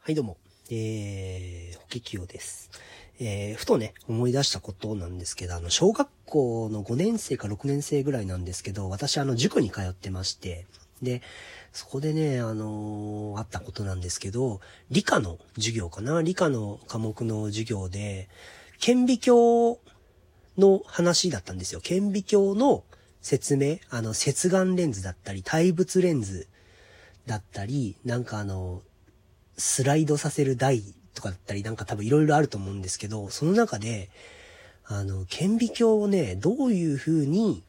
はい、どうも。法華経です。ふとね、思い出したことなんですけど、小学校の5年生か6年生ぐらいなんですけど、私塾に通ってまして、で、そこでね、あったことなんですけど、理科の授業かな理科の科目の授業で、顕微鏡の話だったんですよ。顕微鏡の説明、接眼レンズだったり、対物レンズだったり、スライドさせる台とかだったり、多分いろいろあると思うんですけど、その中で、顕微鏡をね、どういう風に、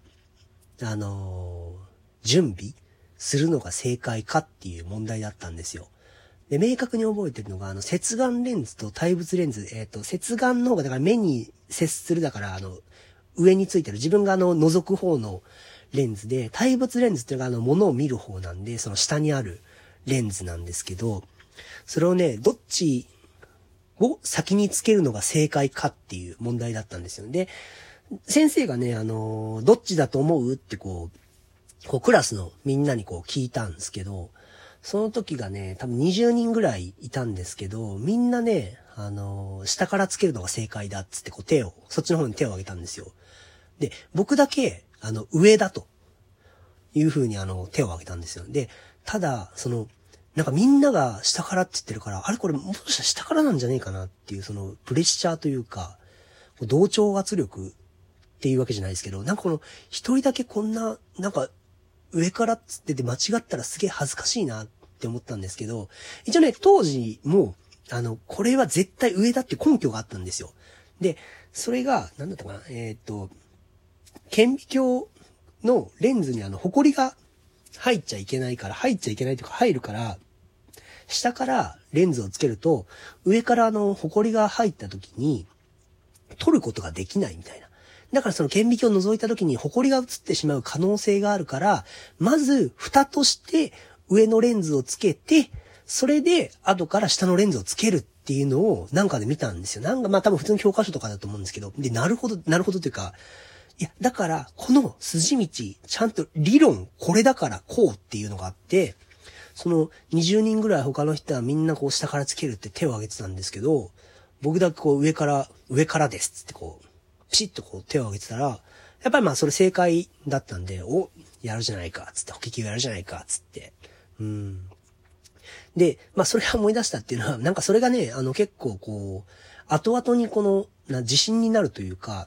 準備するのが正解かっていう問題だったんですよ。で、明確に覚えてるのが、接眼レンズと対物レンズ、接眼の方が、だから目に接する、だから、上についてる、自分が覗く方のレンズで、対物レンズっていうのが、物を見る方なんで、その下にあるレンズなんですけど、それをね、どっちを先につけるのが正解かっていう問題だったんですよ。で、先生がね、どっちだと思うってクラスのみんなに聞いたんですけど、その時がね、多分20人ぐらいいたんですけど、みんなね、下からつけるのが正解だっつってそっちの方に手を挙げたんですよ。で、僕だけ、上だという風に手を挙げたんですよ。で、ただ、みんなが下からって言ってるから、あれこれもしかしたら下からなんじゃねえかなっていうプレッシャーというか、同調圧力っていうわけじゃないですけど、一人だけこんな、上からっつってて間違ったらすげえ恥ずかしいなって思ったんですけど、一応ね、当時も、これは絶対上だって根拠があったんですよ。で、それが、なんだったかな、顕微鏡のレンズに埃が入っちゃいけないというか入るから、下からレンズをつけると、上から埃が入った時に、取ることができないみたいな。だからその顕微鏡を覗いた時に埃が映ってしまう可能性があるから、まず蓋として上のレンズをつけて、それで後から下のレンズをつけるっていうのをで見たんですよ。多分普通の教科書とかだと思うんですけど、で、なるほどというか、いや、だから、この筋道、ちゃんと理論、これだからこうっていうのがあって、その20人ぐらい他の人はみんな下からつけるって手を挙げてたんですけど、僕だけ上からですってピシッと手を挙げてたら、やっぱりそれ正解だったんで、やるじゃないか、つって、法華経やるじゃないか、つって。で、それを思い出したっていうのは、それがね、結構後々に自信になるというか、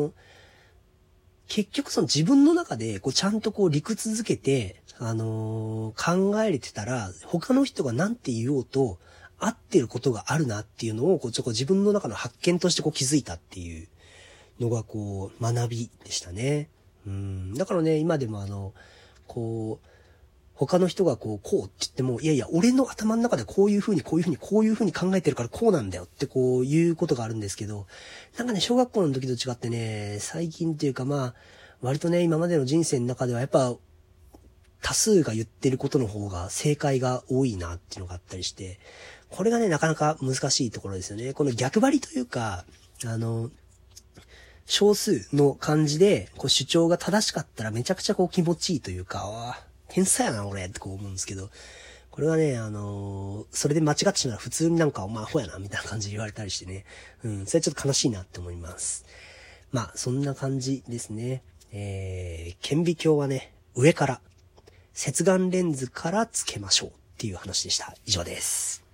結局自分の中でちゃんと理屈づけて、考えれてたら、他の人が何て言おうと、合ってることがあるなっていうのを、自分の中の発見として気づいたっていうのが学びでしたね。だからね、今でも他の人がこうって言っても、いやいや、俺の頭の中でこういう風に考えてるからこうなんだよっていうことがあるんですけど、小学校の時と違ってね、最近っていうか割とね、今までの人生の中ではやっぱ、多数が言ってることの方が正解が多いなっていうのがあったりして、これがね、なかなか難しいところですよね。この逆張りというか、少数の感じで、主張が正しかったらめちゃくちゃ気持ちいいというか、天才やな、俺って思うんですけど、これはね、それで間違ってしまうら普通にお前アホやな、みたいな感じで言われたりしてね。それちょっと悲しいなって思います。そんな感じですね。顕微鏡はね、上から、接眼レンズからつけましょうっていう話でした。以上です。